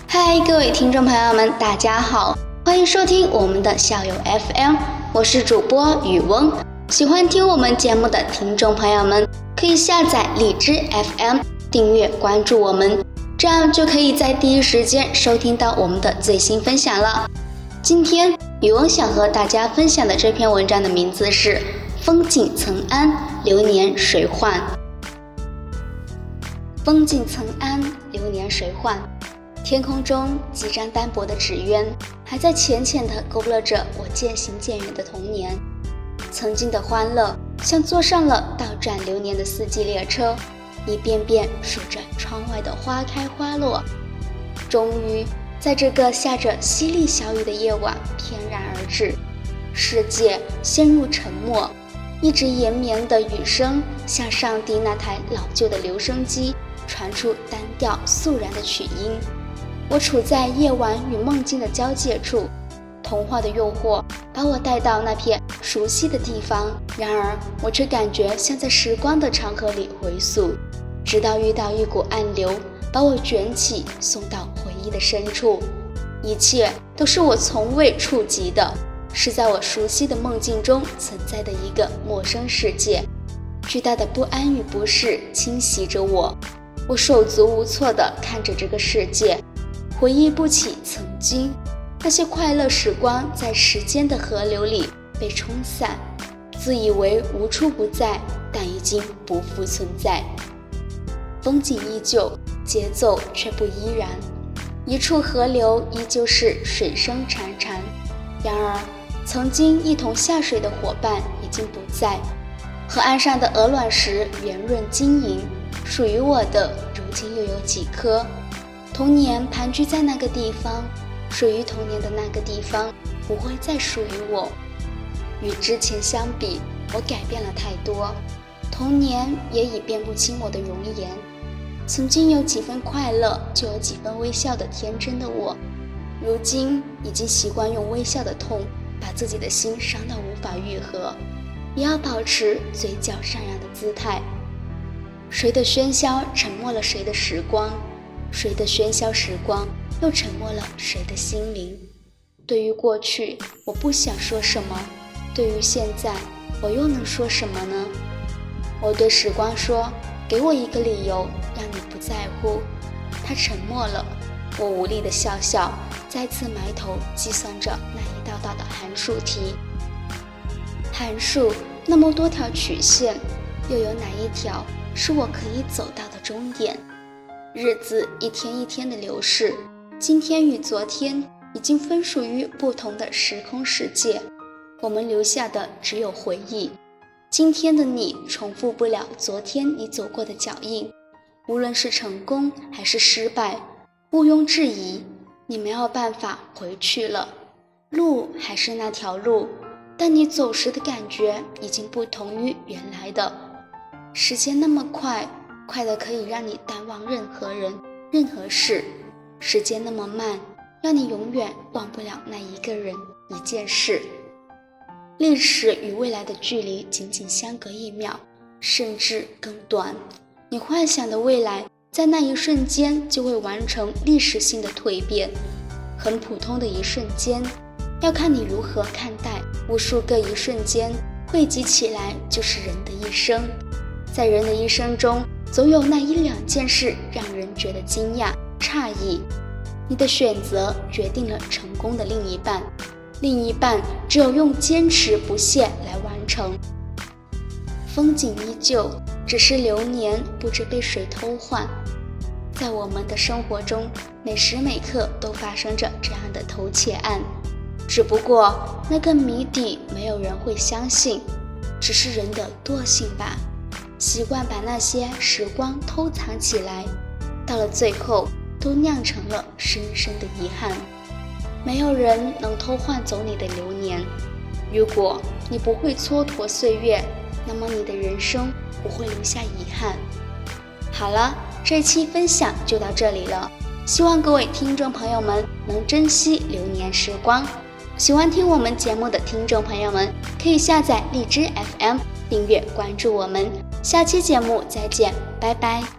嗨，各位听众朋友们，大家好，欢迎收听我们的校友 FM， 我是主播雨翁。喜欢听我们节目的听众朋友们，可以下载荔枝 FM， 订阅关注我们，这样就可以在第一时间收听到我们的最新分享了。今天雨翁想和大家分享的这篇文章的名字是风景曾谙，流年谁换。风景曾谙，流年谁换。天空中几张单薄的纸鸢，还在浅浅地勾勒着我渐行渐远的童年。曾经的欢乐，像坐上了倒转流年的四季列车，一遍遍数着窗外的花开花落。终于，在这个下着淅沥小雨的夜晚翩然而至，世界陷入沉默，一直延绵的雨声像上帝那台老旧的留声机，传出单调肃然的曲音。我处在夜晚与梦境的交界处，童话的诱惑把我带到那片熟悉的地方，然而我却感觉像在时光的长河里回溯，直到遇到一股暗流，把我卷起送到回忆的深处。一切都是我从未触及的，是在我熟悉的梦境中存在的一个陌生世界。巨大的不安与不适侵袭着我，我手足无措地看着这个世界，回忆不起曾经那些快乐时光，在时间的河流里被冲散，自以为无处不在，但已经不复存在。风景依旧，节奏却不依然，一处河流依旧是水声潺潺，然而曾经一同下水的伙伴已经不在，河岸上的鹅卵石圆润晶莹，属于我的如今又有几颗？童年盘踞在那个地方，属于童年的那个地方不会再属于我。与之前相比，我改变了太多，童年也已辨不清我的容颜。曾经有几分快乐，就有几分微笑的天真的我，如今已经习惯用微笑的痛把自己的心伤到无法愈合，也要保持嘴角上扬的姿态。谁的喧嚣沉默了谁的时光，谁的喧嚣时光又沉默了谁的心灵。对于过去，我不想说什么，对于现在，我又能说什么呢？我对时光说，给我一个理由让你不在乎。他沉默了，我无力地笑笑，再次埋头计算着那一道道的函数题。函数那么多条曲线，又有哪一条是我可以走到的终点？日子一天一天的流逝，今天与昨天已经分属于不同的时空世界，我们留下的只有回忆。今天的你重复不了昨天你走过的脚印，无论是成功还是失败，毋庸置疑，你没有办法回去了。路还是那条路，但你走时的感觉已经不同于原来的。时间那么快，快得可以让你淡忘任何人任何事，时间那么慢，让你永远忘不了那一个人一件事。历史与未来的距离仅仅相隔1秒，甚至更短。你幻想的未来在那一瞬间就会完成历史性的蜕变，很普通的一瞬间，要看你如何看待。无数个一瞬间汇集起来就是人的一生，在人的一生中总有那1-2件事让人觉得惊讶诧异。你的选择决定了成功的另一半，另一半只有用坚持不懈来完成。风景依旧，只是流年不知被谁偷换。在我们的生活中，每时每刻都发生着这样的偷窃案，只不过那个谜底没有人会相信，只是人的惰性吧，习惯把那些时光偷藏起来，到了最后都酿成了深深的遗憾。没有人能偷换走你的流年，如果你不会蹉跎岁月，那么你的人生不会留下遗憾。好了，这期分享就到这里了，希望各位听众朋友们能珍惜流年时光。喜欢听我们节目的听众朋友们，可以下载荔枝 FM， 订阅关注我们。下期节目再见，拜拜。